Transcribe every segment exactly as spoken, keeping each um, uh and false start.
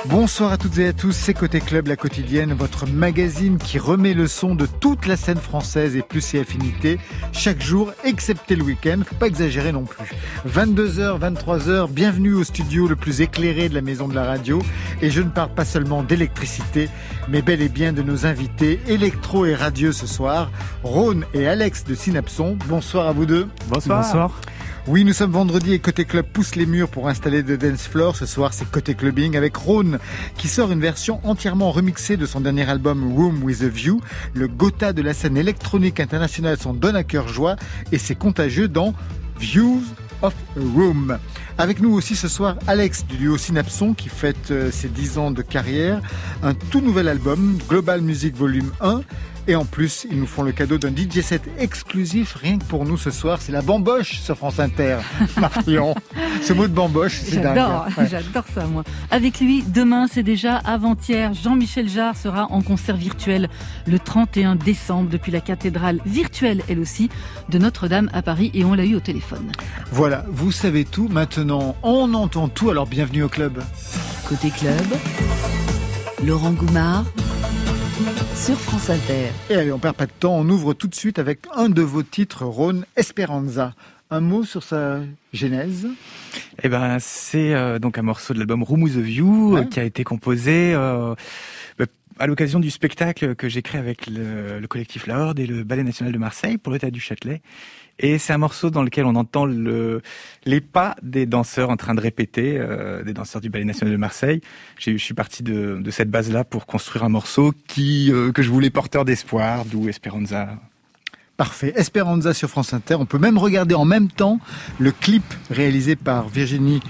Bonsoir à toutes et à tous, c'est Côté Club, la quotidienne, votre magazine qui remet le son de toute la scène française et plus ses affinités, chaque jour, excepté le week-end, faut pas exagérer non plus. vingt-deux heures, vingt-trois heures, bienvenue au studio le plus éclairé de la maison de la radio, et je ne parle pas seulement d'électricité, mais bel et bien de nos invités électro et radieux ce soir, Rhône et Alex de Synapson. Bonsoir à vous deux. Bonsoir. Bonsoir. Oui, nous sommes vendredi et Côté Club pousse les murs pour installer de dance floor. Ce soir, c'est Côté Clubbing avec Rhône qui sort une version entièrement remixée de son dernier album Room with a View. Le Gotha de la scène électronique internationale s'en donne à cœur joie et c'est contagieux dans Views of a Room. Avec nous aussi ce soir Alex du duo Synapson qui fête ses dix ans de carrière. Un tout nouvel album, Global Music Volume un. Et en plus, ils nous font le cadeau d'un D J set exclusif, rien que pour nous ce soir. C'est la bamboche sur France Inter. Marion, ce mot de bamboche, c'est j'adore, dingue. Ouais. J'adore ça, moi. Avec lui, demain, c'est déjà avant-hier. Jean-Michel Jarre sera en concert virtuel le trente et un décembre depuis la cathédrale virtuelle, elle aussi, de Notre-Dame à Paris. Et on l'a eu au téléphone. Voilà, vous savez tout. Maintenant, on entend tout. Alors, bienvenue au club. Côté Club, Laurent Goumard sur France Inter. Et allez, on perd pas de temps, on ouvre tout de suite avec un de vos titres, Rhône, Esperanza. Un mot sur sa genèse ? Eh ben, c'est euh, donc un morceau de l'album Room with a View, ouais. euh, qui a été composé euh, bah, à l'occasion du spectacle que j'ai créé avec le, le collectif La Horde et le Ballet National de Marseille pour le Théâtre du Châtelet. Et c'est un morceau dans lequel on entend le, les pas des danseurs en train de répéter, euh, des danseurs du Ballet National de Marseille. J'ai, je suis parti de, de cette base-là pour construire un morceau qui, euh, que je voulais porteur d'espoir, d'où Esperanza. Parfait. Esperanza sur France Inter. On peut même regarder en même temps le clip réalisé par Virginie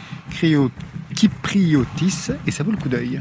Kypriotis et ça vaut le coup d'œil.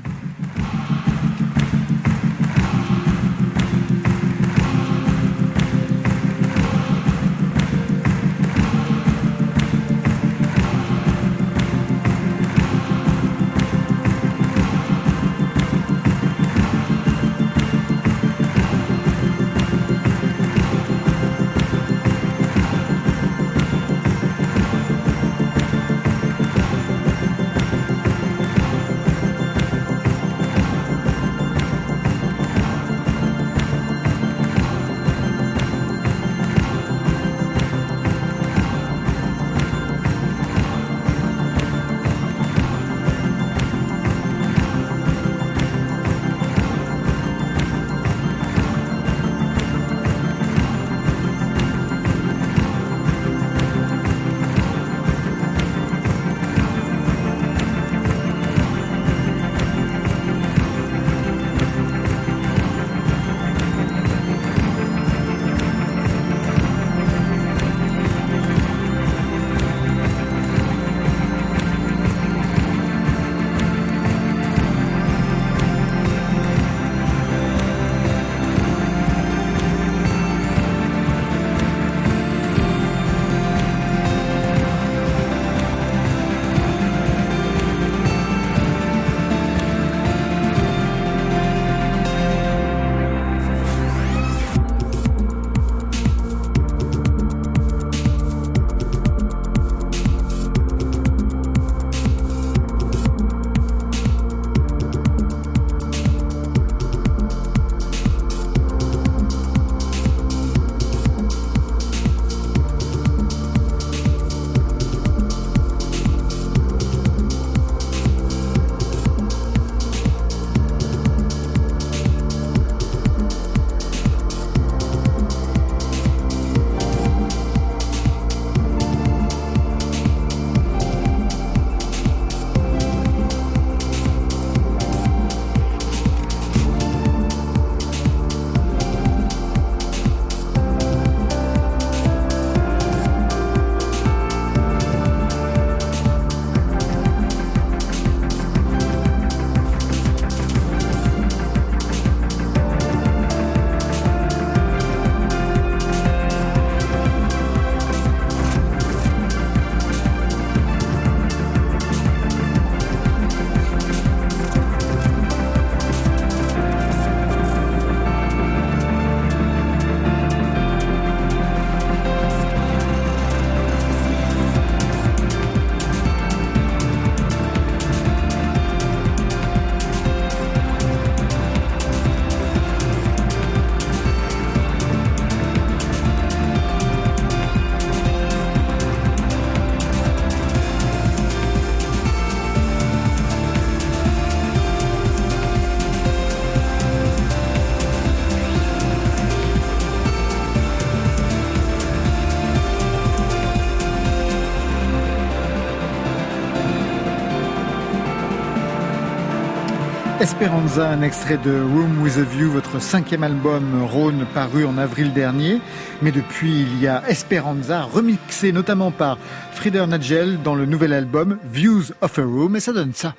Esperanza, un extrait de Room with a View, votre cinquième album Rhône paru en avril dernier. Mais depuis, il y a Esperanza, remixé notamment par Frieder Nagel dans le nouvel album Views of a Room, et ça donne ça.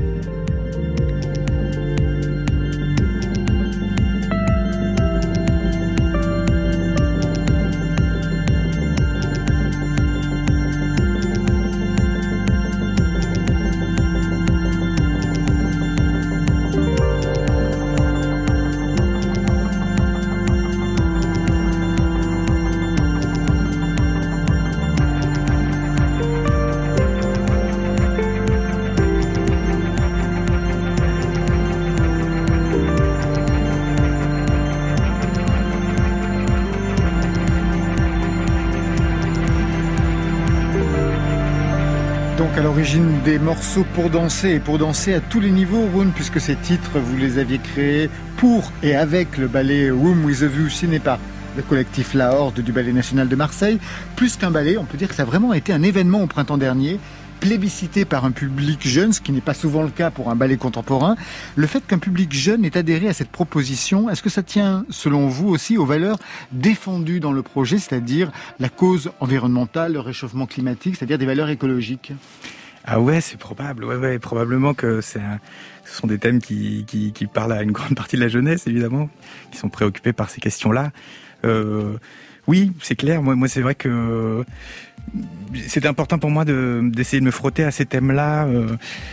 À l'origine des morceaux pour danser et pour danser à tous les niveaux, Rhône, puisque ces titres, vous les aviez créés pour et avec le ballet Room with a View, signé par le collectif La Horde du Ballet National de Marseille. Plus qu'un ballet, on peut dire que ça a vraiment été un événement au printemps dernier, plébiscité par un public jeune, ce qui n'est pas souvent le cas pour un ballet contemporain. Le fait qu'un public jeune ait adhéré à cette proposition, est-ce que ça tient, selon vous aussi, aux valeurs défendues dans le projet, c'est-à-dire la cause environnementale, le réchauffement climatique, c'est-à-dire des valeurs écologiques ? Ah ouais, c'est probable. Ouais, ouais, probablement que c'est un... ce sont des thèmes qui, qui, qui parlent à une grande partie de la jeunesse, évidemment, qui sont préoccupés par ces questions-là. Euh, oui, c'est clair. Moi, moi, c'est vrai que c'était important pour moi de, d'essayer de me frotter à ces thèmes-là. Euh,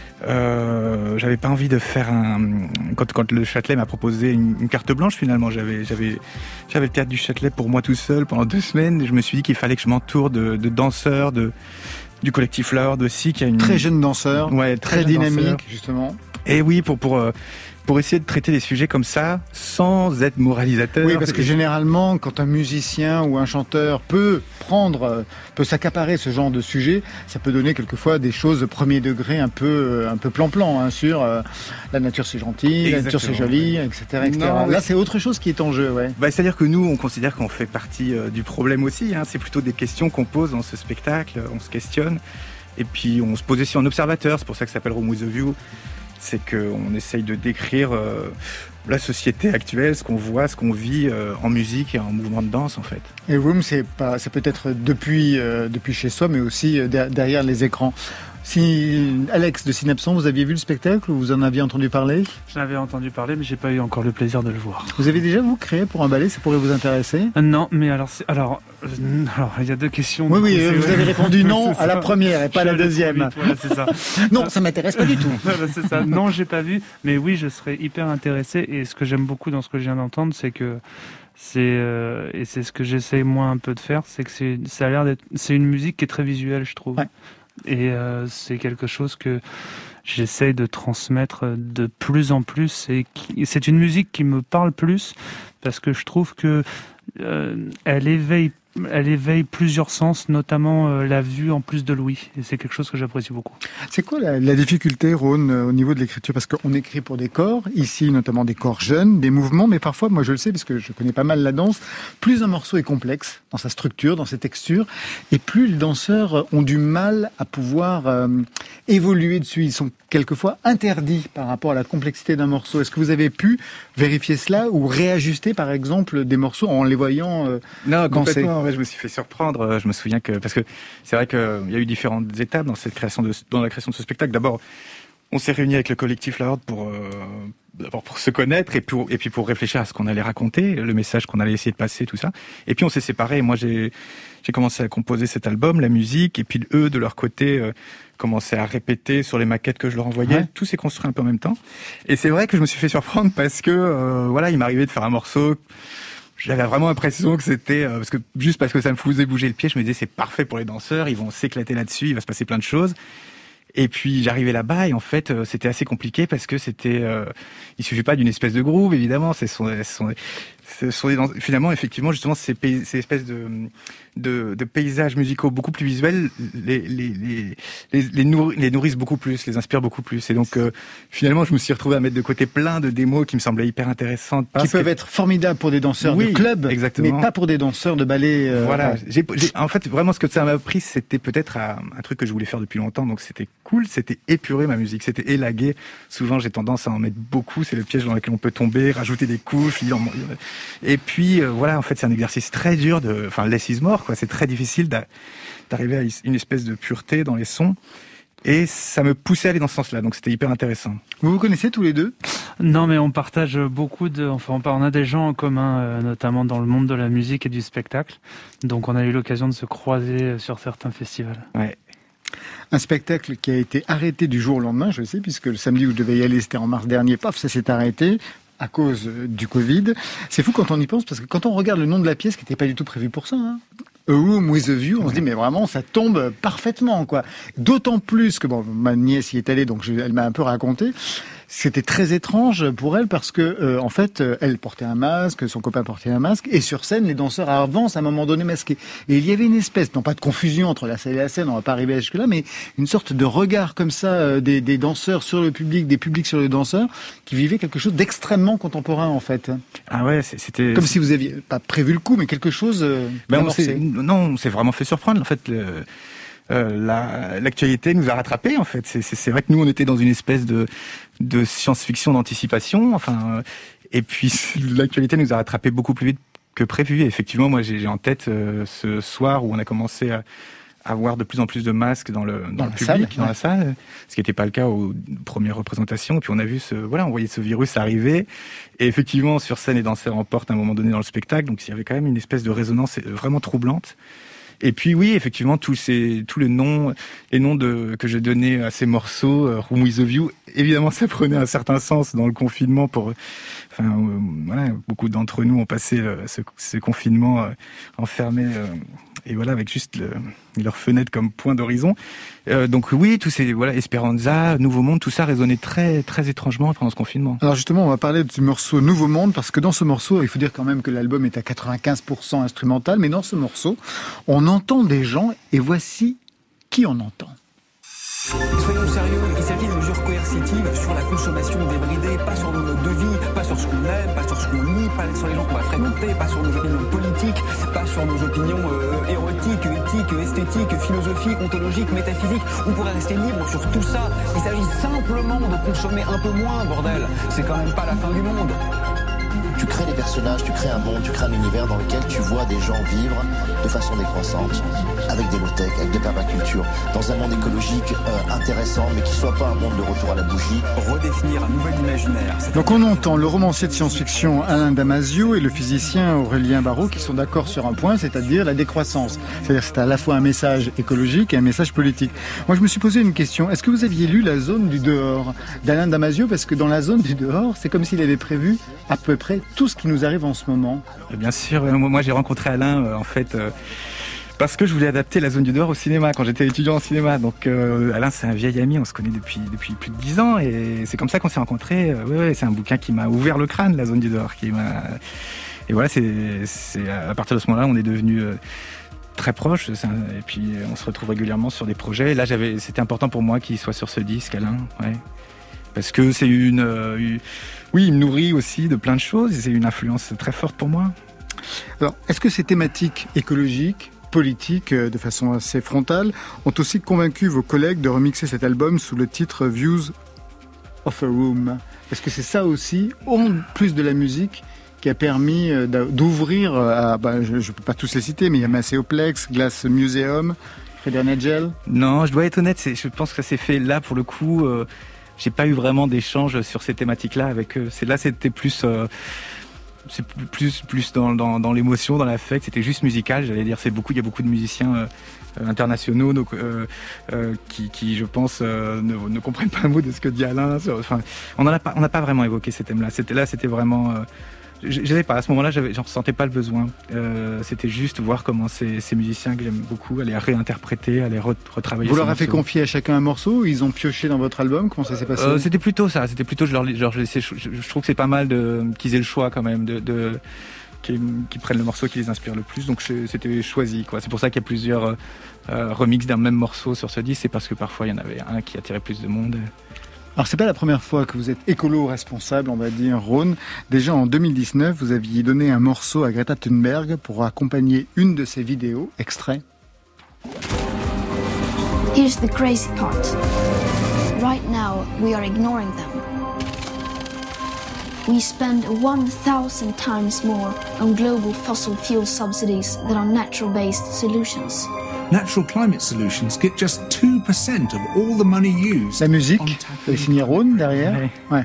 euh, j'avais pas envie de faire un. Quand, quand le Châtelet m'a proposé une, une carte blanche, finalement, j'avais, j'avais, j'avais le théâtre du Châtelet pour moi tout seul pendant deux semaines. Et je me suis dit qu'il fallait que je m'entoure de, de danseurs, de du collectif La Horde aussi, qui a une très jeune danseur, ouais, très, très dynamique danseur. Justement. Et oui, pour pour euh, pour essayer de traiter des sujets comme ça sans être moralisateur. Oui, parce que généralement, quand un musicien ou un chanteur peut prendre, peut s'accaparer ce genre de sujet, ça peut donner quelquefois des choses de premier degré un peu, un peu plan-plan, hein, sur euh, la nature c'est gentil, Exactement. La nature c'est joli, et cetera, et cetera. Non, Là, c'est autre chose qui est en jeu, ouais. Bah, c'est-à-dire que nous, on considère qu'on fait partie euh, du problème aussi. Hein. C'est plutôt des questions qu'on pose dans ce spectacle, on se questionne, et puis on se pose aussi en observateur. C'est pour ça que ça s'appelle Room with a View. C'est qu'on essaye de décrire euh, la société actuelle, ce qu'on voit, ce qu'on vit euh, en musique et en mouvement de danse, en fait. Et Room, c'est pas, ça peut être depuis, euh, depuis chez soi, mais aussi euh, derrière les écrans. Si Alex de Synapson, vous aviez vu le spectacle ou vous en aviez entendu parler ? J'en avais entendu parler, mais j'ai pas eu encore le plaisir de le voir. Vous avez déjà vous créé pour un ballet, ça pourrait vous intéresser ? euh, Non, mais alors, c'est, alors, euh, alors, il y a deux questions. Oui, oui, vous avez répondu non à la première et pas à la deuxième. Voilà, c'est ça. Non, ça m'intéresse pas du tout. Voilà, c'est ça. Non, j'ai pas vu, mais oui, je serais hyper intéressé. Et ce que j'aime beaucoup dans ce que je viens d'entendre, c'est que c'est euh, et c'est ce que j'essaye moi un peu de faire, c'est que c'est, ça a l'air d'être, c'est une musique qui est très visuelle, je trouve. Ouais. Et euh, c'est quelque chose que j'essaye de transmettre de plus en plus. Et qui, c'est une musique qui me parle plus parce que je trouve que euh, elle éveille, elle éveille plusieurs sens, notamment euh, la vue en plus de l'ouïe. Et c'est quelque chose que j'apprécie beaucoup. C'est quoi la, la difficulté, Rhône, au niveau de l'écriture ? Parce qu'on écrit pour des corps, ici notamment des corps jeunes, des mouvements, mais parfois, moi je le sais parce que je connais pas mal la danse, plus un morceau est complexe dans sa structure, dans ses textures, et plus les danseurs ont du mal à pouvoir euh, évoluer dessus. Ils sont quelquefois interdits par rapport à la complexité d'un morceau. Est-ce que vous avez pu vérifier cela ou réajuster, par exemple, des morceaux en les voyant euh, Non, danser ? complètement. Ouais, je me suis fait surprendre. Je me souviens que parce que c'est vrai qu'il y a eu différentes étapes dans cette création de dans la création de ce spectacle. D'abord, on s'est réunis avec le collectif La Horde pour euh, d'abord pour se connaître et pour et puis pour réfléchir à ce qu'on allait raconter, le message qu'on allait essayer de passer, tout ça. Et puis on s'est séparés. Moi, j'ai j'ai commencé à composer cet album, la musique, et puis eux de leur côté euh, commençaient à répéter sur les maquettes que je leur envoyais. Ouais. Tout s'est construit un peu en même temps. Et c'est vrai que je me suis fait surprendre parce que euh, voilà, il m'arrivait de faire un morceau. J'avais vraiment l'impression que c'était euh, parce que juste parce que ça me faisait bouger le pied, je me disais c'est parfait pour les danseurs, ils vont s'éclater là-dessus, il va se passer plein de choses. Et puis j'arrivais là-bas et en fait euh, c'était assez compliqué parce que c'était, euh, il suffit pas d'une espèce de groove évidemment, c'est sont, sont, ce sont des danses, finalement effectivement justement ces, pays, ces espèces de, de de paysages musicaux beaucoup plus visuels les les les les, les, nourri, les nourrissent beaucoup plus, les inspirent beaucoup plus. Et donc euh, finalement je me suis retrouvé à mettre de côté plein de démos qui me semblaient hyper intéressantes, qui peuvent que... être formidables pour des danseurs oui, de club, exactement. Mais pas pour des danseurs de ballet. Euh... Voilà, j'ai, j'ai, en fait vraiment ce que ça m'a appris c'était peut-être à, un truc que je voulais faire depuis longtemps, donc c'était cool, c'était épurer ma musique, c'était élaguer. Souvent, j'ai tendance à en mettre beaucoup, c'est le piège dans lequel on peut tomber, rajouter des couches. Et puis, euh, voilà, en fait, c'est un exercice très dur de, enfin, less is more, quoi. C'est très difficile d'arriver à une espèce de pureté dans les sons. Et ça me poussait à aller dans ce sens-là, donc c'était hyper intéressant. Vous vous connaissez tous les deux ? Non, mais on partage beaucoup de... Enfin, on a des gens en commun, euh, notamment dans le monde de la musique et du spectacle. Donc on a eu l'occasion de se croiser sur certains festivals. Ouais. Un spectacle qui a été arrêté du jour au lendemain, je sais, puisque le samedi où je devais y aller, c'était en mars dernier, paf, ça s'est arrêté à cause du Covid. C'est fou quand on y pense, parce que quand on regarde le nom de la pièce, qui n'était pas du tout prévu pour ça, hein, A Room with a View, on se dit mais vraiment ça tombe parfaitement, quoi. D'autant plus que bon, ma nièce y est allée, donc je, elle m'a un peu raconté. C'était très étrange pour elle parce que euh, en fait elle portait un masque, son copain portait un masque, et sur scène les danseurs avancent à un moment donné masqués. Et il y avait une espèce, non pas de confusion entre la salle et la scène, on va pas arriver jusque là, mais une sorte de regard comme ça euh, des, des danseurs sur le public, des publics sur les danseurs, qui vivaient quelque chose d'extrêmement contemporain en fait. Ah ouais, c'était comme si vous aviez pas prévu le coup, mais quelque chose. Euh, ben on s'est, non, on s'est vraiment fait surprendre en fait. Le... Euh, la, l'actualité nous a rattrapés en fait. C'est, c'est, c'est vrai que nous on était dans une espèce de, de science-fiction d'anticipation. Enfin, euh, et puis l'actualité nous a rattrapés beaucoup plus vite que prévu. Et effectivement, moi j'ai, j'ai en tête euh, ce soir où on a commencé à, à voir de plus en plus de masques dans le dans, dans le public, salle, dans ouais. la salle, ce qui n'était pas le cas aux premières représentations. Et puis on a vu ce voilà, on voyait ce virus arriver. Et effectivement, sur scène, les danseurs emportent à un moment donné dans le spectacle. Donc il y avait quand même une espèce de résonance vraiment troublante. Et puis oui, effectivement, tous ces, tous les noms, les noms de, que je donnais à ces morceaux, euh, Room with a View, évidemment, ça prenait un certain sens dans le confinement. Pour, enfin, euh, voilà, beaucoup d'entre nous ont passé euh, ce, ce confinement euh, enfermés, euh, et voilà, avec juste le, leur fenêtre comme point d'horizon. Euh, donc oui, tous ces, voilà, Esperanza, Nouveau Monde, tout ça résonnait très, très étrangement pendant ce confinement. Alors justement, on va parler du morceau Nouveau Monde, parce que dans ce morceau, il faut dire quand même que l'album est à quatre-vingt-quinze pour cent instrumental, mais dans ce morceau, on entend des gens, et voici qui on entend. Soyons sérieux, il s'agit de mesures coercitives sur la consommation débridée, pas sur nos modes de vie, pas sur ce qu'on aime, pas sur ce qu'on lit, pas sur les gens qu'on va fréquenter, pas sur nos opinions politiques, pas sur nos opinions euh, érotiques, éthiques, esthétiques, philosophiques, ontologiques, métaphysiques. On pourrait rester libre sur tout ça. Il s'agit simplement de consommer un peu moins, bordel. C'est quand même pas la fin du monde. Tu crées des personnages, tu crées un monde, tu crées un univers dans lequel tu vois des gens vivre de façon décroissante, avec des low-tech, avec de permaculture, dans un monde écologique euh, intéressant, mais qui soit pas un monde de retour à la bougie. Redéfinir un nouvel imaginaire. Donc on entend le romancier de science-fiction Alain Damasio et le physicien Aurélien Barraud qui sont d'accord sur un point, c'est-à-dire la décroissance. C'est-à-dire que c'est à la fois un message écologique et un message politique. Moi je me suis posé une question, est-ce que vous aviez lu La zone du dehors d'Alain Damasio? Parce que dans La zone du dehors, c'est comme s'il avait prévu à peu près tout ce qui nous arrive en ce moment. Bien sûr, moi j'ai rencontré Alain euh, en fait euh, parce que je voulais adapter La zone du dehors au cinéma quand j'étais étudiant en cinéma. Donc euh, Alain c'est un vieil ami, on se connaît depuis depuis plus de dix ans et c'est comme ça qu'on s'est rencontrés. Euh, ouais, ouais, c'est un bouquin qui m'a ouvert le crâne, La zone du dehors, qui m'a et voilà c'est c'est à partir de ce moment-là on est devenus euh, très proches un... et puis on se retrouve régulièrement sur des projets. Et là j'avais c'était important pour moi qu'il soit sur ce disque, Alain. Ouais. Parce que c'est une, euh, une... Oui, il me nourrit aussi de plein de choses et c'est une influence très forte pour moi. Alors, est-ce que ces thématiques écologiques, politiques, de façon assez frontale, ont aussi convaincu vos collègues de remixer cet album sous le titre Views of a Room? Est-ce que c'est ça aussi, en plus de la musique, qui a permis d'ouvrir à... Bah, je ne peux pas tous les citer, mais il y a Macéoplex, Glass Museum, Frédéric Nagel? Non, je dois être honnête, c'est, je pense que ça s'est fait là, pour le coup... Euh... J'ai pas eu vraiment d'échange sur ces thématiques-là avec eux. C'est là, c'était plus, euh, c'est plus, plus dans, dans, dans l'émotion, dans l'affect. C'était juste musical. J'allais dire, c'est beaucoup. Il y a beaucoup de musiciens euh, internationaux donc, euh, euh, qui, qui, je pense, euh, ne, ne comprennent pas un mot de ce que dit Alain. Enfin, on n'en a pas, on n'a pas vraiment évoqué ces thèmes-là. C'était là, c'était vraiment. Euh, je, je sais pas. À ce moment-là, j'avais, j'en ressentais pas le besoin. Euh, c'était juste voir comment ces, ces musiciens que j'aime beaucoup allaient réinterpréter, allaient re, retravailler. Vous leur avez fait confier à chacun un morceau? Ils ont pioché dans votre album? Comment ça s'est passé? euh, C'était plutôt ça. C'était plutôt je leur, je leur laissais. Je, je trouve que c'est pas mal de qu'ils aient le choix quand même de. de qui, qui prennent le morceau qui les inspire le plus, donc je, c'était choisi quoi. C'est pour ça qu'il y a plusieurs euh, remixes d'un même morceau sur ce disque, c'est parce que parfois il y en avait un qui attirait plus de monde. Alors c'est pas la première fois que vous êtes écolo-responsable, on va dire, Rhône. Déjà en deux mille dix-neuf, vous aviez donné un morceau à Greta Thunberg pour accompagner une de ses vidéos. Extrait. Here's the crazy part. Right now, we are ignoring them. We spend one thousand times more on global fossil fuel subsidies than on natural-based solutions. Natural climate solutions get just two percent of all the money used. La musique, c'est signé Rhône derrière. Ouais. Ouais.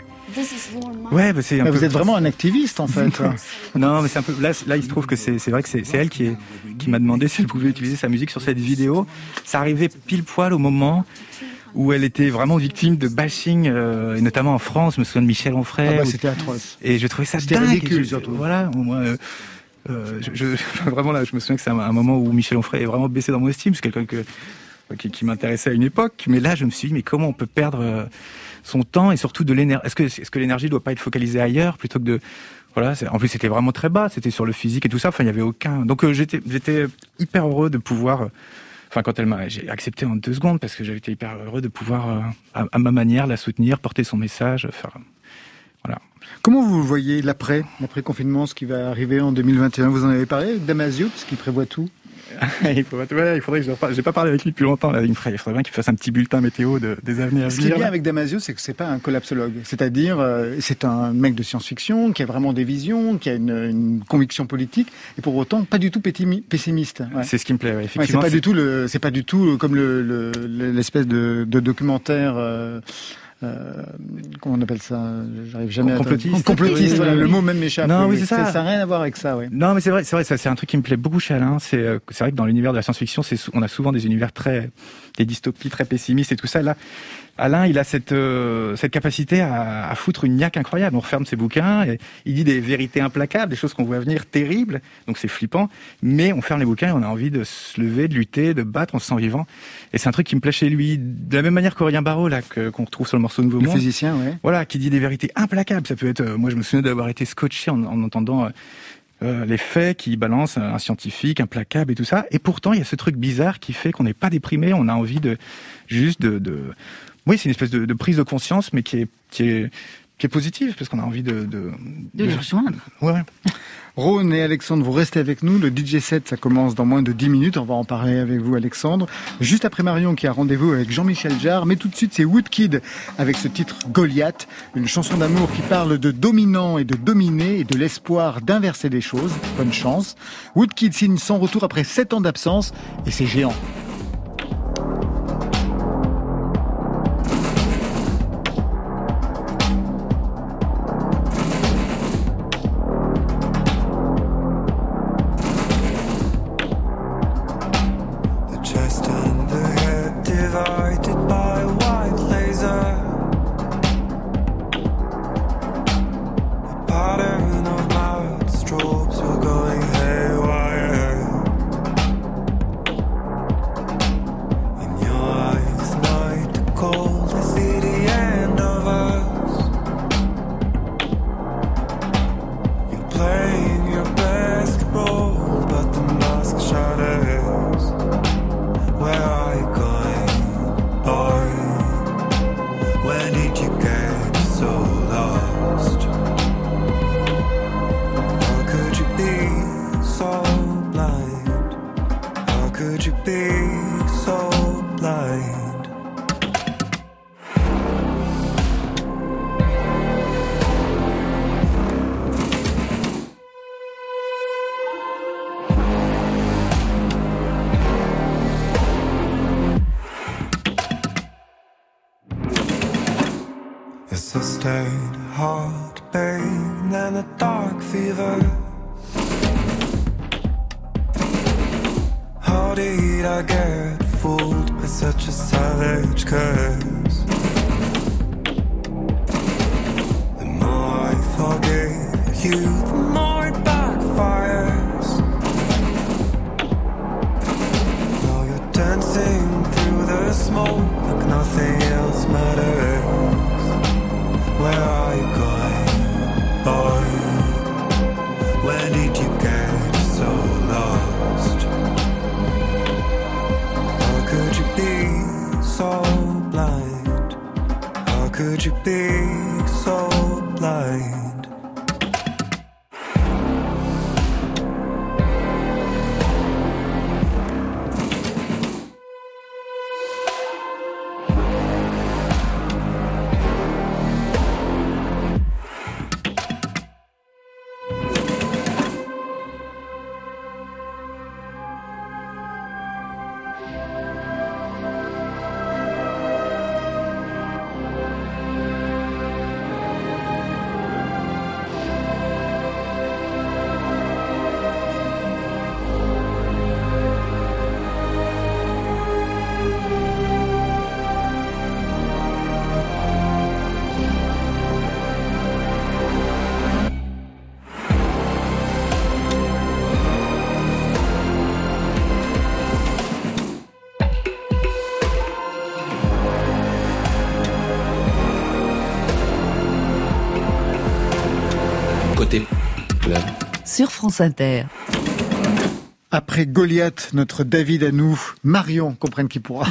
Ouais, bah c'est un bah peu... Vous êtes vraiment un activiste en fait. Non, mais c'est un peu là. Là, il se trouve que c'est c'est vrai que c'est c'est elle qui est qui m'a demandé si elle pouvait utiliser sa musique sur cette vidéo. Ça arrivait pile poil au moment où elle était vraiment victime de bashing, euh, et notamment en France. Je me souviens de Michel Onfray. Ah bah, où... C'était atroce. Et je trouvais ça c'était dingue. ridicule je... surtout. Voilà, moi. Euh... Euh, je, je, vraiment là, je me souviens que c'est un, un moment où Michel Onfray est vraiment baissé dans mon estime. C'est quelqu'un que, qui, qui m'intéressait à une époque. Mais là, je me suis dit, mais comment on peut perdre euh, son temps et surtout de l'énergie. Est-ce que, est-ce que l'énergie doit pas être focalisée ailleurs plutôt que de, voilà. C'est, en plus, c'était vraiment très bas. C'était sur le physique et tout ça. Enfin, il y avait aucun. Donc, euh, j'étais, j'étais hyper heureux de pouvoir. Euh, Enfin, quand elle m'a, j'ai accepté en deux secondes parce que j'avais été hyper heureux de pouvoir, euh, à, à ma manière, la soutenir, porter son message, faire. Voilà. Comment vous voyez l'après, l'après-confinement, ce qui va arriver en deux mille vingt et un? Vous en avez parlé avec Damasio, parce qu'il prévoit tout. il, faudrait, ouais, il faudrait que je reparle. J'ai pas parlé avec lui depuis longtemps. Là. Il, me ferait, il faudrait bien qu'il fasse un petit bulletin météo de, des années à venir. Ce qui est bien avec Damasio, c'est que c'est pas un collapsologue. C'est-à-dire, euh, c'est un mec de science-fiction qui a vraiment des visions, qui a une, une conviction politique, et pour autant pas du tout pessimiste. Ouais. C'est ce qui me plaît. Ouais, effectivement, ouais, c'est pas c'est... du tout le, c'est pas du tout comme le, le l'espèce de, de documentaire. Euh, Euh, comment on appelle ça? J'arrive jamais complotiste. à... Complotiste. Voilà, le mot même m'échappe. Non, oui, oui, c'est ça. Ça n'a rien à voir avec ça, oui. Non, mais c'est vrai, c'est vrai, ça, c'est un truc qui me plaît beaucoup chez Alain. C'est, euh, c'est vrai que dans l'univers de la science-fiction, c'est, on a souvent des univers très, des dystopies très pessimistes et tout ça. Là, Alain, il a cette, euh, cette capacité à, à foutre une niaque incroyable. On referme ses bouquins et il dit des vérités implacables, des choses qu'on voit venir terribles. Donc c'est flippant. Mais on ferme les bouquins et on a envie de se lever, de lutter, de battre. On se sent vivant. Et c'est un truc qui me plaît chez lui. De la même manière qu'Aurélien Barraud, là, que, qu'on retrouve sur le morceau Nouveau le Monde. Le physicien, ouais. Voilà, qui dit des vérités implacables. Ça peut être, euh, moi je me souviens d'avoir été scotché en, en entendant euh, euh, les faits qui balancent un scientifique implacable et tout ça. Et pourtant, il y a ce truc bizarre qui fait qu'on n'est pas déprimé. On a envie de, juste de, de... Oui, c'est une espèce de, de prise de conscience, mais qui est, qui est, qui est positive, parce qu'on a envie de... De, de les rejoindre. Ouais. Rhône et Alexandre, vous restez avec nous. Le D J set, ça commence dans moins de dix minutes. On va en parler avec vous, Alexandre. Juste après Marion, qui a rendez-vous avec Jean-Michel Jarre. Mais tout de suite, c'est Woodkid avec ce titre Goliath. Une chanson d'amour qui parle de dominant et de dominé et de l'espoir d'inverser les choses. Bonne chance. Woodkid signe son retour après sept ans d'absence et c'est géant. Sustained heart pain and a dark fever. How did I get fooled by such a savage curse? The more I forgive you, the more it backfires. Now you're dancing through the smoke like nothing else matters. Where are you going, boy? Where did you get so lost? How could you be so blind? How could you be so blind? sur France Inter. Après Goliath, notre David à nous, Marion, comprenne qui pourra.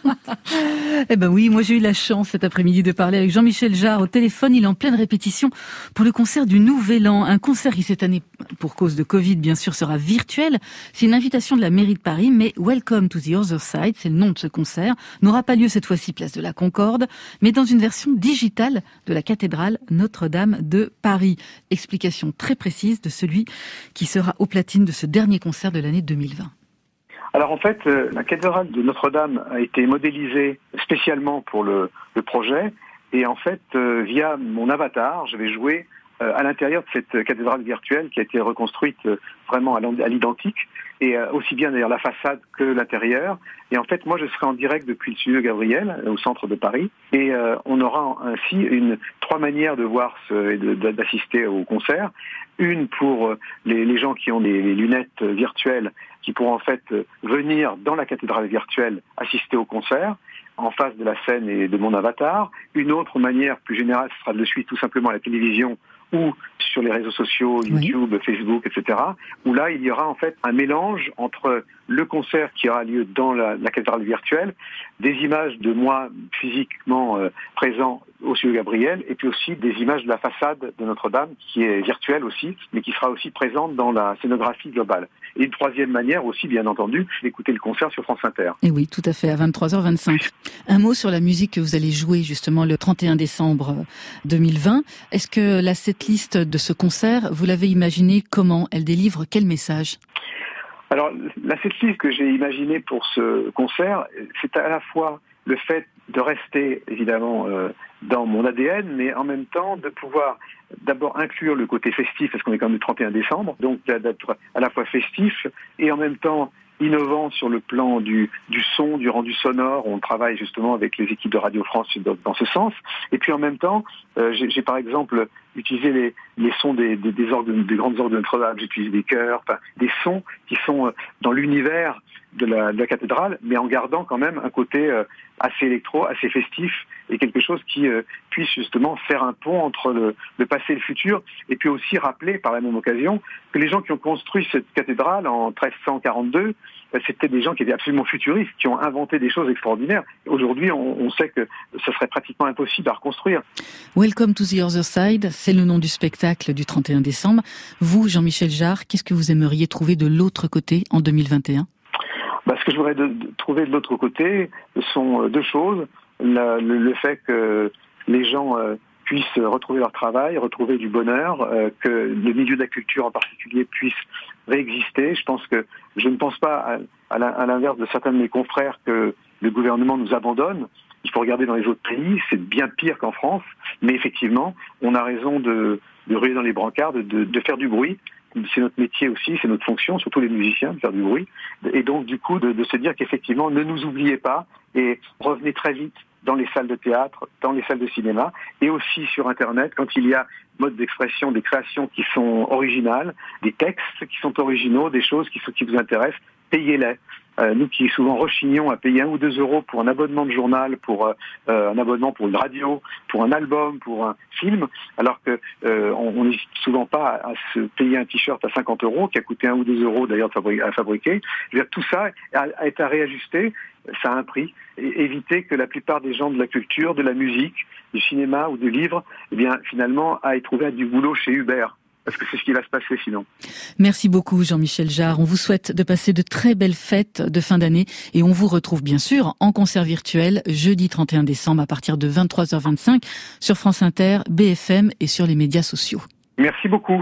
Eh ben oui, moi j'ai eu la chance cet après-midi de parler avec Jean-Michel Jarre au téléphone. Il est en pleine répétition pour le concert du Nouvel An. Un concert qui cette année, pour cause de Covid bien sûr, sera virtuel. C'est une invitation de la mairie de Paris, mais Welcome to the Other Side, c'est le nom de ce concert, n'aura pas lieu cette fois-ci place de la Concorde, mais dans une version digitale de la cathédrale Notre-Dame de Paris. Explication très précise de celui qui sera aux platines de ce dernier concert de l'année deux mille vingt. Alors en fait, euh, la cathédrale de Notre-Dame a été modélisée spécialement pour le, le projet, et en fait, euh, via mon avatar, je vais jouer euh, à l'intérieur de cette cathédrale virtuelle qui a été reconstruite euh, vraiment à l'identique, et euh, aussi bien d'ailleurs la façade que l'intérieur. Et en fait, moi je serai en direct depuis le studio Gabriel, au centre de Paris, et euh, on aura ainsi une, trois manières de voir ce, et de, d'assister au concert. Une pour les, les gens qui ont des les lunettes virtuelles, qui pourront en fait venir dans la cathédrale virtuelle assister au concert, en face de la scène et de mon avatar. Une autre manière plus générale, ce sera de le suivre tout simplement à la télévision ou sur les réseaux sociaux, YouTube, oui. Facebook, et cetera, où là, il y aura en fait un mélange entre le concert qui aura lieu dans la, la cathédrale virtuelle, des images de moi physiquement euh, présent au studio Gabriel, et puis aussi des images de la façade de Notre-Dame, qui est virtuelle aussi, mais qui sera aussi présente dans la scénographie globale. Et une troisième manière aussi, bien entendu, d'écouter le concert sur France Inter. Et oui, tout à fait, à vingt-trois heures vingt-cinq. Un mot sur la musique que vous allez jouer justement le trente et un décembre deux mille vingt. Est-ce que la setlist de ce concert, vous l'avez imaginée comment? Elle délivre quel message? Alors, la setlist que j'ai imaginée pour ce concert, c'est à la fois le fait de rester évidemment euh, dans mon A D N, mais en même temps de pouvoir d'abord inclure le côté festif, parce qu'on est quand même le trente et un décembre, donc d'être à la fois festif et en même temps innovant sur le plan du, du son, du rendu sonore. On travaille justement avec les équipes de Radio France dans, dans ce sens. Et puis en même temps, euh, j'ai, j'ai par exemple utilisé les, les sons des, des, des, orgues, des grandes orgues de Notre-Dame, j'ai utilisé des chœurs, enfin, des sons qui sont dans l'univers de la, de la cathédrale, mais en gardant quand même un côté euh, assez électro, assez festif, et quelque chose qui euh, puisse justement faire un pont entre le, le passé et le futur, et puis aussi rappeler par la même occasion que les gens qui ont construit cette cathédrale en treize cent quarante-deux, euh, c'était des gens qui étaient absolument futuristes, qui ont inventé des choses extraordinaires. Aujourd'hui, on, on sait que ce serait pratiquement impossible à reconstruire. Welcome to the Other Side, c'est le nom du spectacle du trente et un décembre. Vous, Jean-Michel Jarre, qu'est-ce que vous aimeriez trouver de l'autre côté en deux mille vingt et un ? Bah, ce que je voudrais de, de trouver de l'autre côté sont deux choses. Le, le, le fait que les gens euh, puissent retrouver leur travail, retrouver du bonheur, euh, que le milieu de la culture en particulier puisse réexister. Je pense que je ne pense pas à, à l'inverse de certains de mes confrères que le gouvernement nous abandonne. Il faut regarder dans les autres pays, c'est bien pire qu'en France, mais effectivement, on a raison de, de ruer dans les brancards, de, de, de faire du bruit. C'est notre métier aussi, c'est notre fonction, surtout les musiciens, de faire du bruit. Et donc, du coup, de, de se dire qu'effectivement, ne nous oubliez pas et revenez très vite dans les salles de théâtre, dans les salles de cinéma, et aussi sur Internet, quand il y a mode d'expression, des créations qui sont originales, des textes qui sont originaux, des choses qui, sont, qui vous intéressent, payez-les. Euh, nous qui souvent rechignons à payer un ou deux euros pour un abonnement de journal, pour euh, un abonnement pour une radio, pour un album, pour un film, alors que euh, on n'est souvent pas à, à se payer un t-shirt à cinquante euros qui a coûté un ou deux euros d'ailleurs à fabriquer. Je veux dire, tout ça a, a été à réajuster, ça a un prix. Et éviter que la plupart des gens de la culture, de la musique, du cinéma ou du livre, eh bien finalement aillent trouver du boulot chez Uber. Parce que c'est ce qui va se passer sinon. Merci beaucoup Jean-Michel Jarre. On vous souhaite de passer de très belles fêtes de fin d'année et on vous retrouve bien sûr en concert virtuel jeudi trente et un décembre à partir de vingt-trois heures vingt-cinq sur France Inter, B F M et sur les médias sociaux. Merci beaucoup.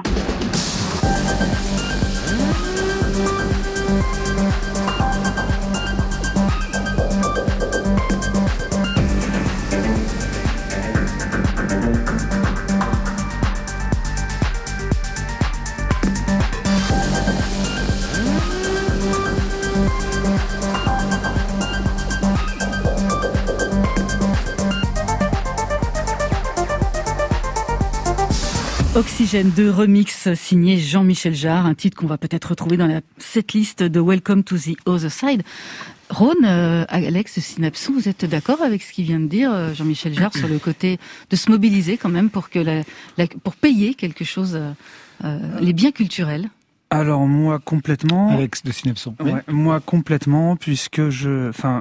Oxygène deux remix signé Jean-Michel Jarre, un titre qu'on va peut-être retrouver dans la setlist de Welcome to the Other Side. Rhône, euh, Alex Synapson, vous êtes d'accord avec ce qu'il vient de dire euh, Jean-Michel Jarre sur le côté de se mobiliser quand même pour que la, la, pour payer quelque chose euh, euh, les biens culturels. Alors moi complètement. Alex de Synapson. Ouais, oui. Moi complètement, puisque je, enfin,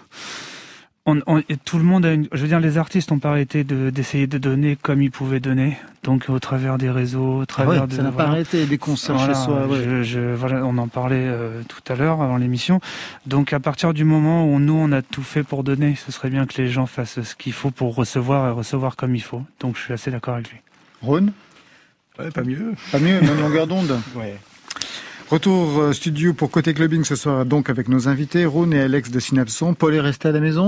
on, on, tout le monde a une, je veux dire, les artistes n'ont pas arrêté de, d'essayer de donner comme ils pouvaient donner, donc au travers des réseaux, au travers ah ouais, de. Ça n'a voilà. pas arrêté des concerts voilà, chez soi. Ouais. Je, je, voilà, on en parlait euh, tout à l'heure avant l'émission. Donc à partir du moment où nous on a tout fait pour donner, ce serait bien que les gens fassent ce qu'il faut pour recevoir et recevoir comme il faut. Donc je suis assez d'accord avec lui. Ron ? Ouais, pas mieux. Pas mieux, même longueur d'onde. Ouais. Retour euh, studio pour Côté Clubbing ce soir donc avec nos invités, Ron et Alex de Synapson. Paul est resté à la maison ?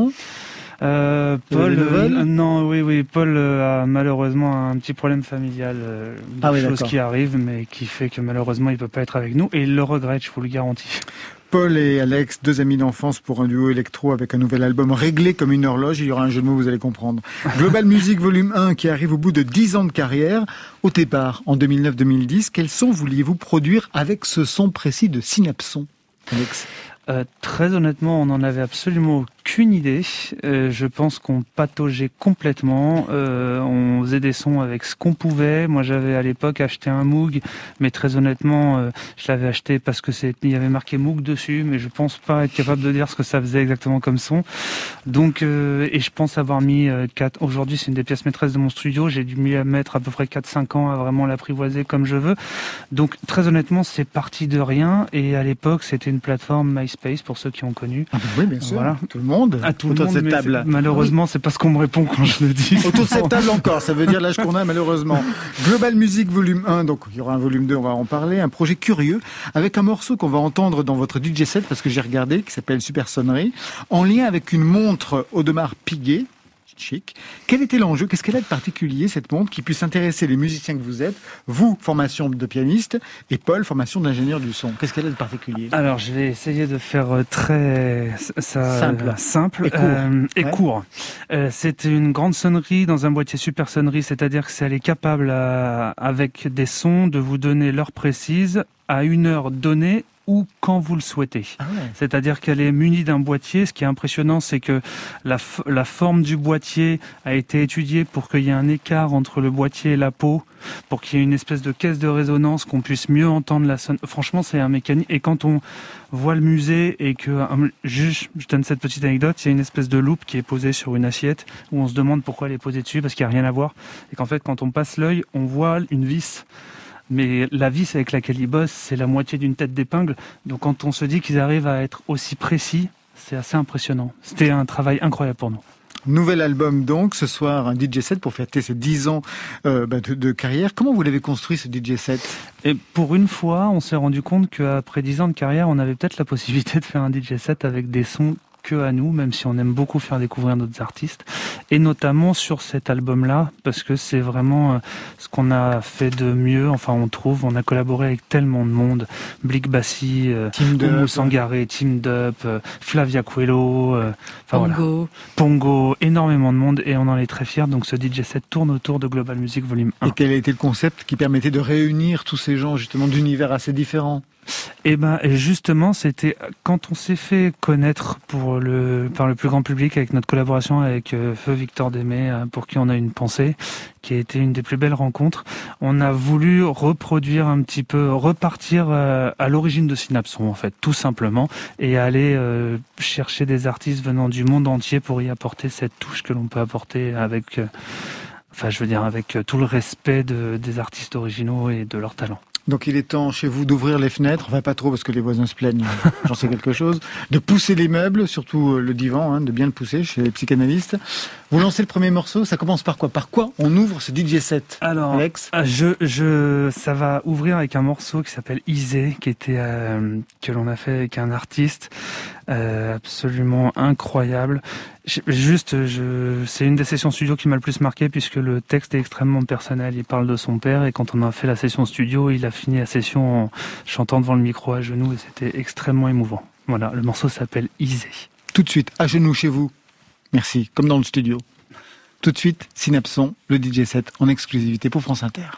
Euh, Paul, euh, non, oui, oui, Paul euh, a malheureusement un petit problème familial, euh, des ah oui, choses d'accord. qui arrivent, mais qui fait que malheureusement il peut pas être avec nous, et il le regrette, je vous le garantis. Paul et Alex, deux amis d'enfance pour un duo électro avec un nouvel album réglé comme une horloge. Il y aura un jeu de mots, vous allez comprendre. Global Music Volume un qui arrive au bout de dix ans de carrière. Au départ, en deux mille neuf deux mille dix, quel son vouliez-vous produire avec ce son précis de Synapson, Alex ? Euh, très honnêtement, on n'en avait absolument aucune idée. Euh, je pense qu'on pataugeait complètement. Euh, on faisait des sons avec ce qu'on pouvait. Moi, j'avais à l'époque acheté un Moog, mais très honnêtement, euh, je l'avais acheté parce que c'est, il y avait marqué Moog dessus, mais je pense pas être capable de dire ce que ça faisait exactement comme son. Donc, euh, et je pense avoir mis euh, quatre. Aujourd'hui, c'est une des pièces maîtresses de mon studio. J'ai dû m'y mettre à peu près quatre cinq ans à vraiment l'apprivoiser comme je veux. Donc, très honnêtement, c'est parti de rien. Et à l'époque, c'était une plateforme MySpace pour ceux qui ont connu. Ah ben oui, bien sûr. Voilà. Tout le monde. À tout autour le monde, de cette mais table. c'est, malheureusement, oui. C'est pas ce qu'on me répond quand je le dis. Autour de cette table encore, ça veut dire l'âge qu'on a malheureusement. Global Music Volume un, donc il y aura un volume deux, on va en parler. Un projet curieux avec un morceau qu'on va entendre dans votre D J set parce que j'ai regardé, qui s'appelle Super Sonnerie, en lien avec une montre Audemars Piguet. Chic. Quel était l'enjeu ? Qu'est-ce qu'elle a de particulier, cette montre, qui puisse intéresser les musiciens que vous êtes, vous, formation de pianiste, et Paul, formation d'ingénieur du son ? Qu'est-ce qu'elle a de particulier ? Alors, je vais essayer de faire très ça, simple, simple et court. Euh, et ouais. court. Euh, c'est une grande sonnerie dans un boîtier super sonnerie, c'est-à-dire que elle est capable, à, avec des sons, de vous donner l'heure précise à une heure donnée ou quand vous le souhaitez. Ah ouais. C'est-à-dire qu'elle est munie d'un boîtier. Ce qui est impressionnant, c'est que la, f- la forme du boîtier a été étudiée pour qu'il y ait un écart entre le boîtier et la peau, pour qu'il y ait une espèce de caisse de résonance, qu'on puisse mieux entendre la sonne. Franchement, c'est un mécanique. Et quand on voit le musée et que, juste, je donne cette petite anecdote, il y a une espèce de loupe qui est posée sur une assiette où on se demande pourquoi elle est posée dessus, parce qu'il n'y a rien à voir. Et qu'en fait, quand on passe l'œil, on voit une vis. Mais la vis avec laquelle ils bossent, c'est la moitié d'une tête d'épingle. Donc quand on se dit qu'ils arrivent à être aussi précis, c'est assez impressionnant. C'était un travail incroyable pour nous. Nouvel album donc, ce soir un D J set pour fêter ces dix ans euh, bah, de, de carrière. Comment vous l'avez construit ce D J set ? Et pour une fois, on s'est rendu compte qu'après dix ans de carrière, on avait peut-être la possibilité de faire un D J set avec des sons que à nous, même si on aime beaucoup faire découvrir d'autres artistes, et notamment sur cet album-là, parce que c'est vraiment ce qu'on a fait de mieux. Enfin, on trouve, on a collaboré avec tellement de monde, Blick Bassi, euh, Oumou Sangaré, Team Dup, euh, Flavia Coelho, euh, enfin Pongo. Voilà. Pongo, énormément de monde, et on en est très fiers. Donc ce D J set tourne autour de Global Music Volume un. Et quel a été le concept qui permettait de réunir tous ces gens justement d'univers assez différents ? Et ben, et justement, c'était quand on s'est fait connaître pour le, par le plus grand public avec notre collaboration avec euh, Feu Victor Démé, euh, pour qui on a une pensée, qui a été une des plus belles rencontres. On a voulu reproduire un petit peu, repartir euh, à l'origine de Synapson, en fait, tout simplement, et aller euh, chercher des artistes venant du monde entier pour y apporter cette touche que l'on peut apporter avec, euh, enfin, je veux dire, avec euh, tout le respect de, des artistes originaux et de leur talent. Donc il est temps chez vous d'ouvrir les fenêtres, enfin pas trop parce que les voisins se plaignent, j'en sais quelque chose, de pousser les meubles, surtout le divan, hein, de bien le pousser chez les psychanalystes. Vous lancez le premier morceau, ça commence par quoi ? Par quoi on ouvre ce D J set ? Alors, Alex ? je, je, ça va ouvrir avec un morceau qui s'appelle Easy, qui était euh, que l'on a fait avec un artiste euh, absolument incroyable. Juste, je, c'est une des sessions studio qui m'a le plus marqué puisque le texte est extrêmement personnel. Il parle de son père et quand on a fait la session studio, il a fini la session en chantant devant le micro à genoux et c'était extrêmement émouvant. Voilà, le morceau s'appelle Easy. Tout de suite, à genoux chez vous. Merci, comme dans le studio. Tout de suite, Synapson, le D J set en exclusivité pour France Inter.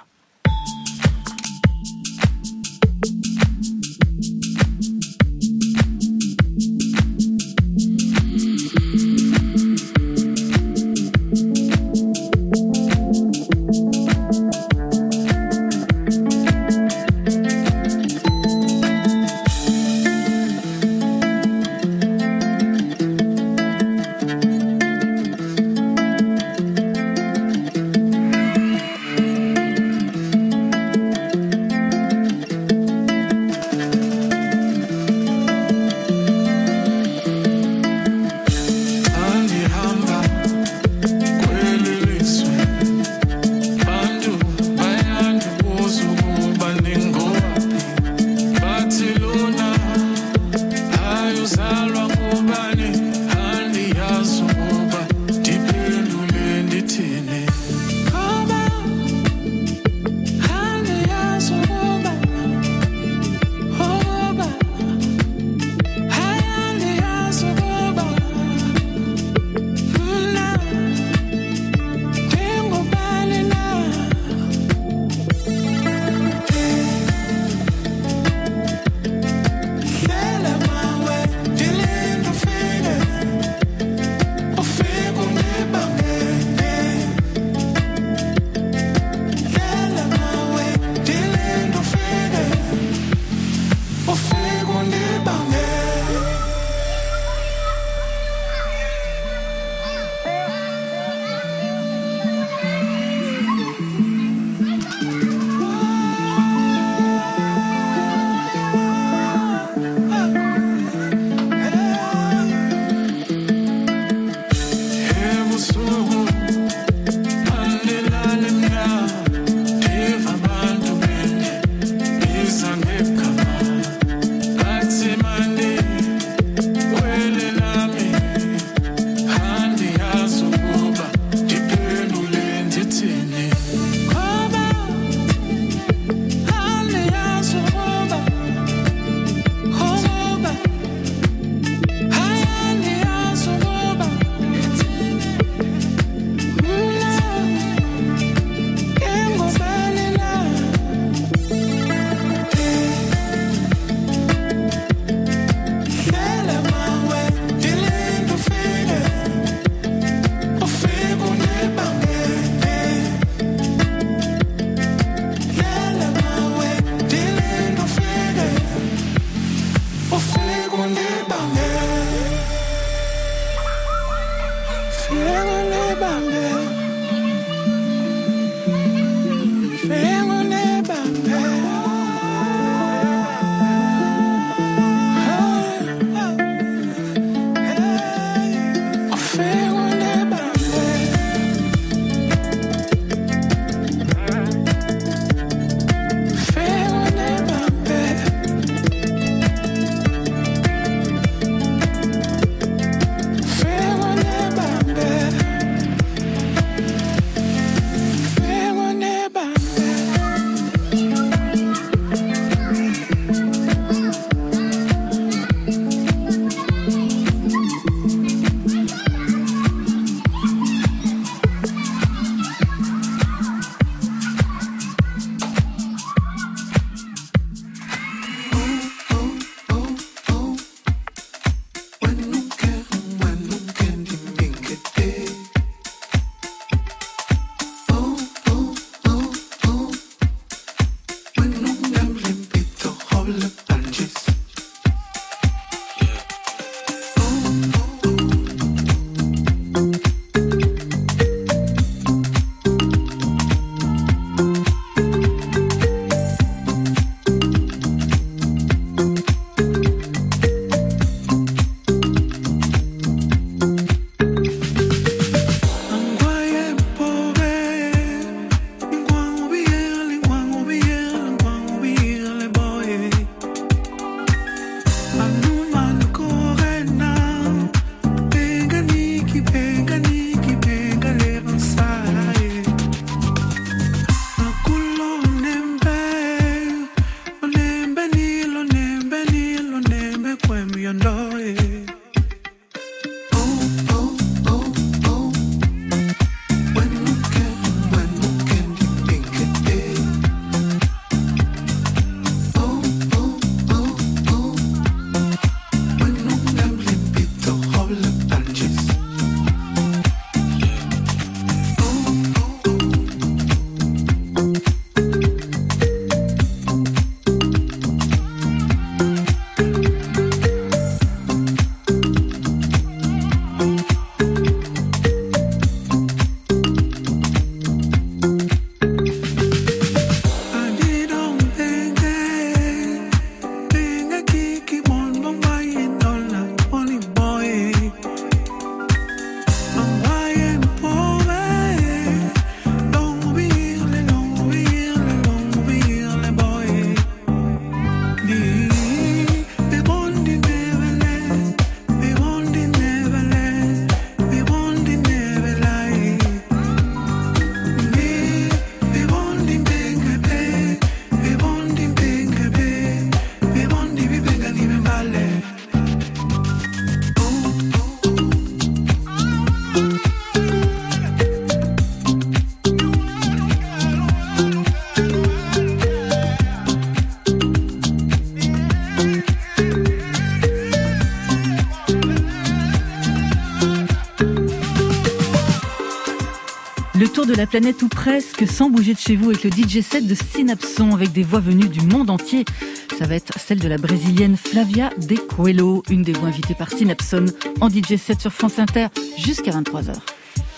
De la planète ou presque, sans bouger de chez vous, avec le D J set de Synapson, avec des voix venues du monde entier. Ça va être celle de la brésilienne Flavia De Coelho, une des voix invitées par Synapson en D J set sur France Inter jusqu'à vingt-trois heures.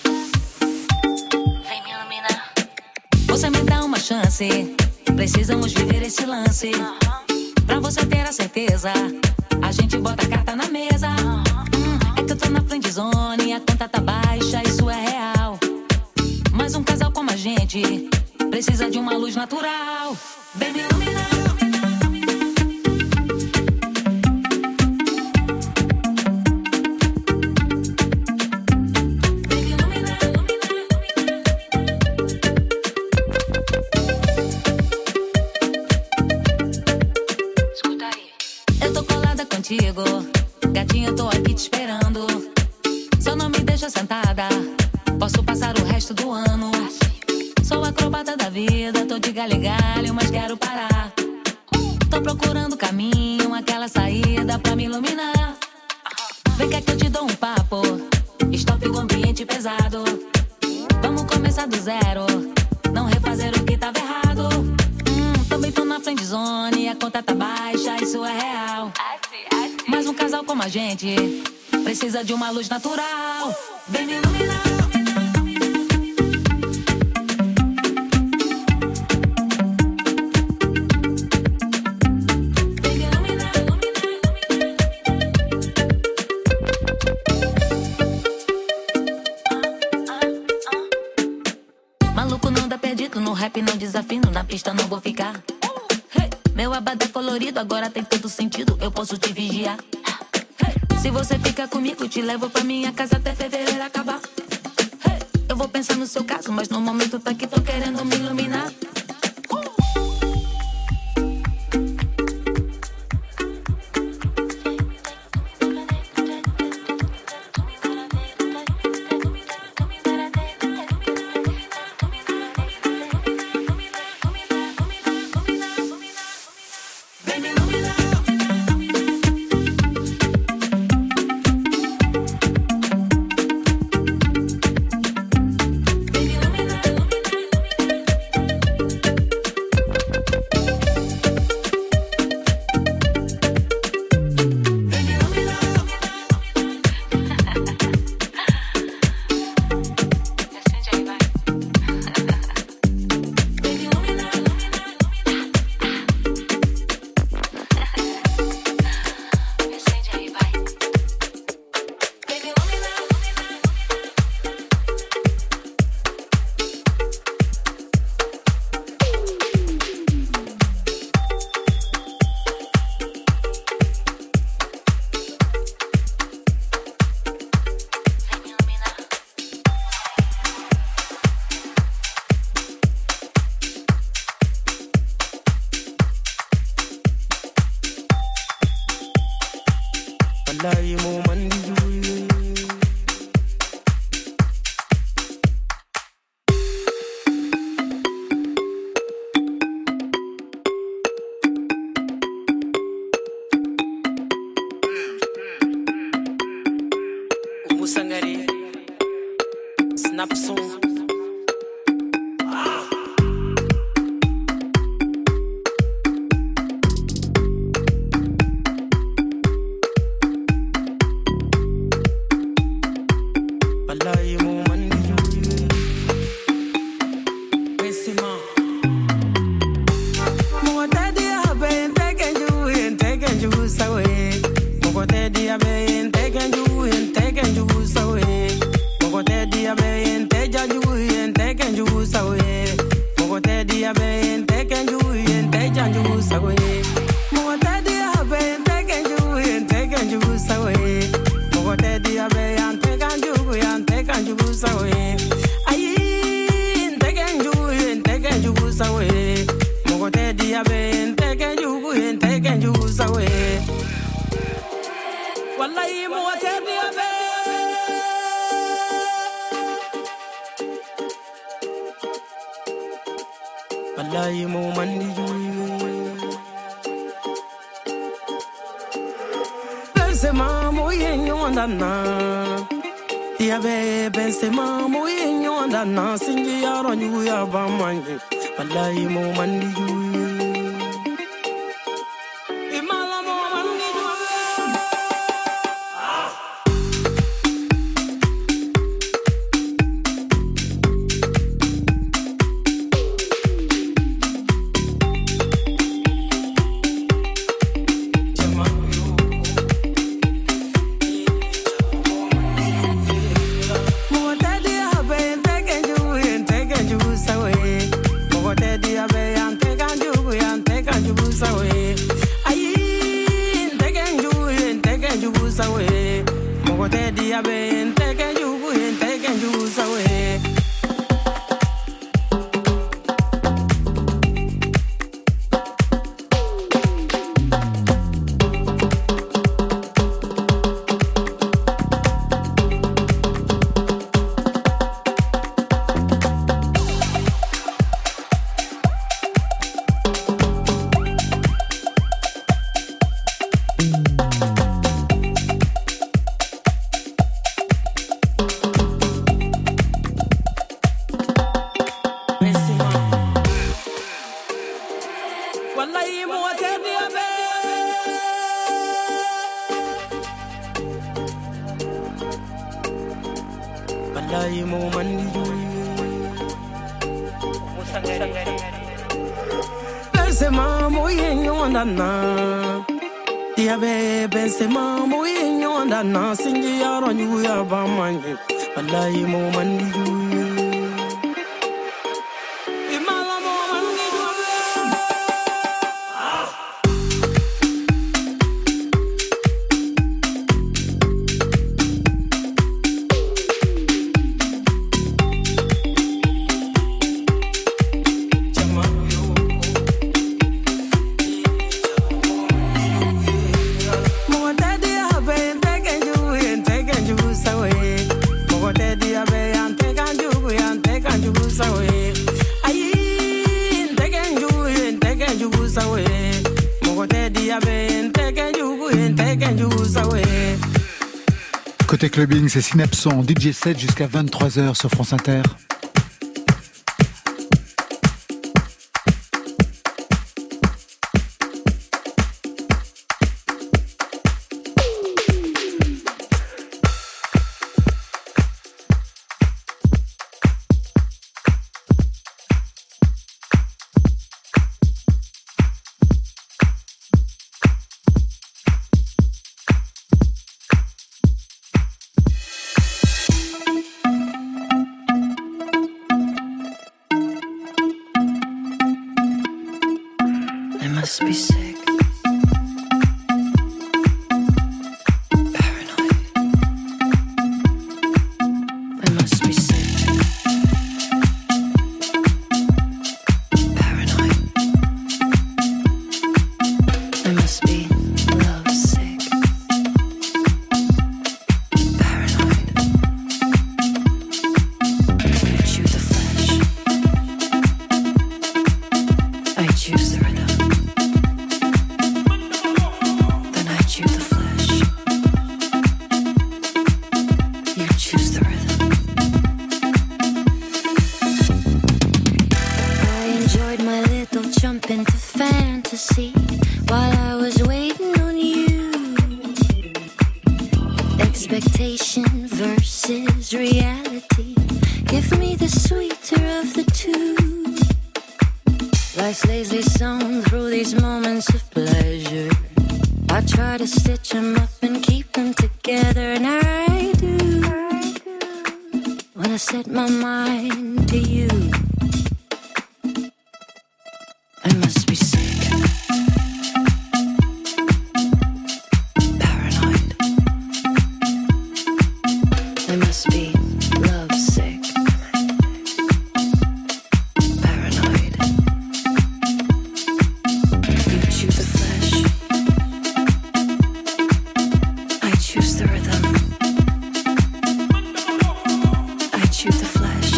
Você me dá uma chance, precisamos viver esse lance. Pra você ter a certeza, a gente bota a carta na mesa. Hum, é que eu tô na friend zone, a conta tá baixa, isso é real. Mas um casal como a gente precisa de uma luz natural. Vem me iluminar. Gatinha, eu tô aqui te esperando. Só não me deixa sentada, posso passar o resto do ano. Sou acrobata da vida, tô de galho em galho, mas quero parar. Tô procurando caminho, aquela saída pra me iluminar. Vem cá que eu te dou um papo, stop o ambiente pesado. Vamos começar do zero, não refazer o que tava errado. Hum, também tô na friend zone, a conta tá baixa, isso é real. Mas um casal como a gente precisa de uma luz natural. Vem me iluminar. Vem me iluminar, iluminar. Maluco não dá perdido, no rap não desafino, na pista não vou ficar. Meu abadá colorido agora tem todo sentido, eu posso te vigiar. Hey, se você fica comigo, te levo pra minha casa até fevereiro acabar. Hey, eu vou pensar no seu caso, mas no momento tá aqui, tô querendo me iluminar. wallahi mo mandi juye Musangari snap song wallahi mo mandi juye Benzema mo yenyo ndana ya be Benzema mo yenyo ndana singi yaro nyu ya ba manje wallahi mo mandi juye imala mo mandi Benzema mo yenyo ndana ya be Benzema mo yenyo ndana singi yaro nyu ya ba manje wallahi mo mandi juye imala mo mandi Côté clubbing, c'est Synapson, D J set jusqu'à vingt-trois heures sur France Inter. while I was waiting on you. Expectation versus reality. Give me the sweeter of the two. Life's lazily sewn through these moments of pleasure. I try to stitch them up and keep them together, and I do when I set my mind to you. I must be sick, paranoid. I must be love sick, paranoid. You choose the flesh, I choose the rhythm. I choose the flesh,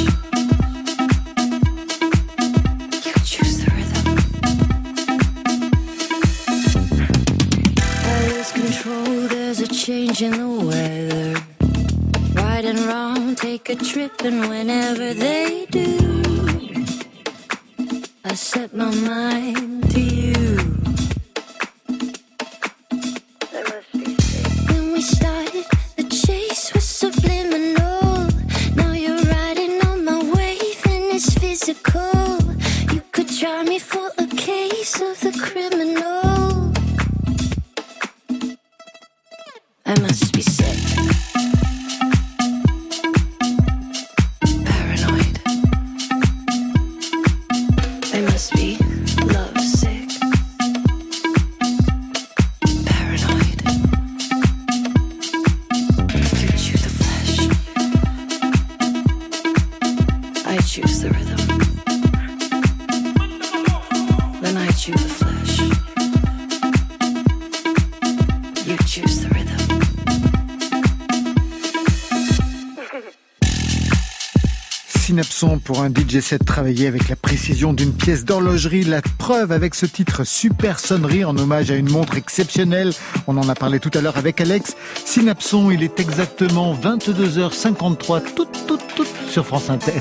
you choose the rhythm. I lose control, there's a change in the weather. Right and wrong take a trip, and whenever they do, I set my mind to you. When we started, the chase was subliminal. Now you're riding on my wave and it's physical. You could try me for a case of the criminal. I must be sick, paranoid. I must be love sick, paranoid. You choose the flesh, I choose the rhythm. Then I choose the flesh, you choose the rhythm. Synapson pour un D J set travaillé avec la précision d'une pièce d'horlogerie. La preuve avec ce titre Super Sonnerie en hommage à une montre exceptionnelle. On en a parlé tout à l'heure avec Alex. Synapson, il est exactement vingt-deux heures cinquante-trois, tout, tout, tout sur France Inter.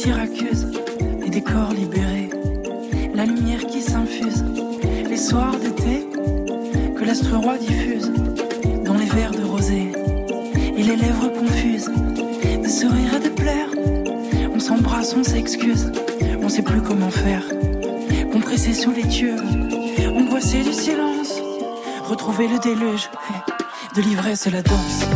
Syracuse, les décors libérés, la lumière qui s'infuse, les soirs d'été que l'astre roi diffuse dans les verres de rosée et les lèvres confuses, de sourire et de pleurs. On s'embrasse, on s'excuse, on sait plus comment faire. Compressé sous les tubes, angoissé du silence, retrouver le déluge de l'ivresse et la danse.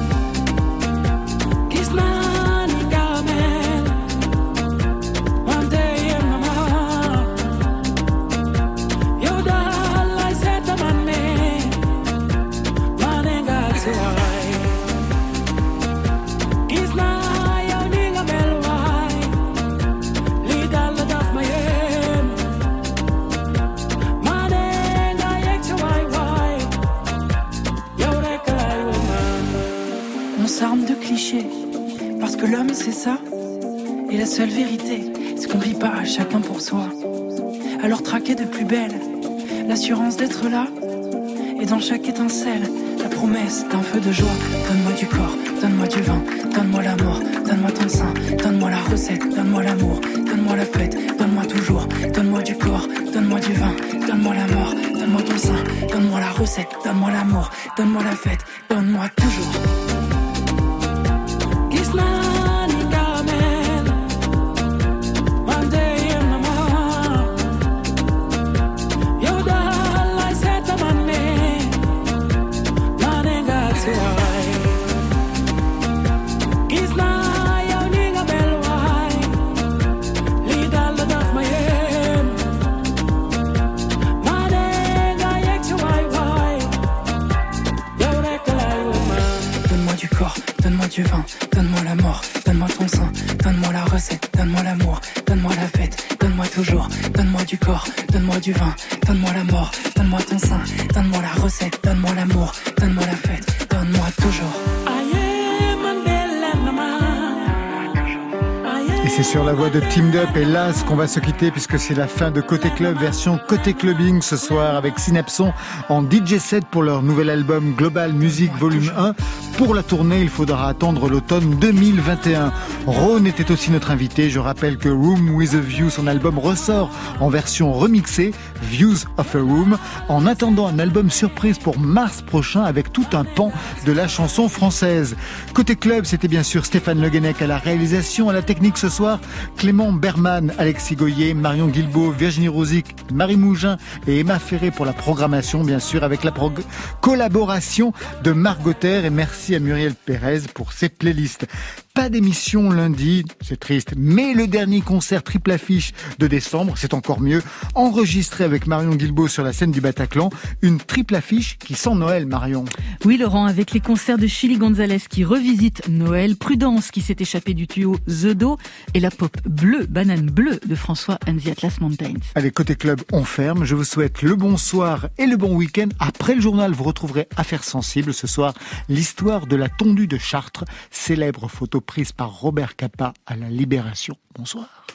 Parce que l'homme c'est ça, et la seule vérité c'est qu'on vit pas chacun pour soi. Alors traquer de plus belle l'assurance d'être là, et dans chaque étincelle la promesse d'un feu de joie. Donne-moi du corps, donne-moi du vin, donne-moi la mort, donne-moi ton sein, donne-moi la recette, donne-moi l'amour, donne-moi la fête, donne-moi toujours, donne-moi du corps, donne-moi du vin, donne-moi la mort, donne-moi ton sein, donne-moi la recette, donne-moi l'amour, donne-moi la fête, donne-moi toujours. Du vin, donne-moi la mort, donne-moi ton sein, donne-moi la recette, donne-moi l'amour, donne-moi la fête, donne-moi toujours, donne-moi du corps, donne-moi du vin, donne-moi la mort, donne-moi ton sein, donne-moi la recette, donne-moi l'amour, donne-moi la fête, donne-moi toujours. Et c'est sur la voix de Teamed Up et Las qu'on va se quitter, puisque c'est la fin de Côté Club version Côté Clubbing ce soir, avec Synapson en D J set pour leur nouvel album Global Music Volume un. Pour la tournée, il faudra attendre l'automne deux mille vingt et un. Rhône était aussi notre invité. Je rappelle que Room with a View, son album, ressort en version remixée, Views of a Room, en attendant un album surprise pour mars prochain avec tout un pan de la chanson française. Côté Club, c'était bien sûr Stéphane Le Guenec à la réalisation, à la technique ce soir, Clément Berman, Alexis Goyer, Marion Guilbault, Virginie Rosic, Marie Mougin et Emma Ferré pour la programmation, bien sûr, avec la prog- collaboration de Margot Terre, et merci à Muriel Pérez pour ses playlists. Pas d'émission lundi, c'est triste, mais le dernier concert triple affiche de décembre, c'est encore mieux, enregistré avec Marion Guilbault sur la scène du Bataclan, une triple affiche qui sent Noël, Marion. Oui Laurent, avec les concerts de Chili Gonzalez qui revisite Noël, Prudence qui s'est échappé du tuyau The Do, et la pop bleue, banane bleue de François and the Atlas Mountains. Allez, Côté Club, on ferme. Je vous souhaite le bonsoir et le bon week-end. Après le journal, vous retrouverez Affaires sensibles. Ce soir, l'histoire de la tondue de Chartres, célèbre photo prise par Robert Capa à la Libération. Bonsoir.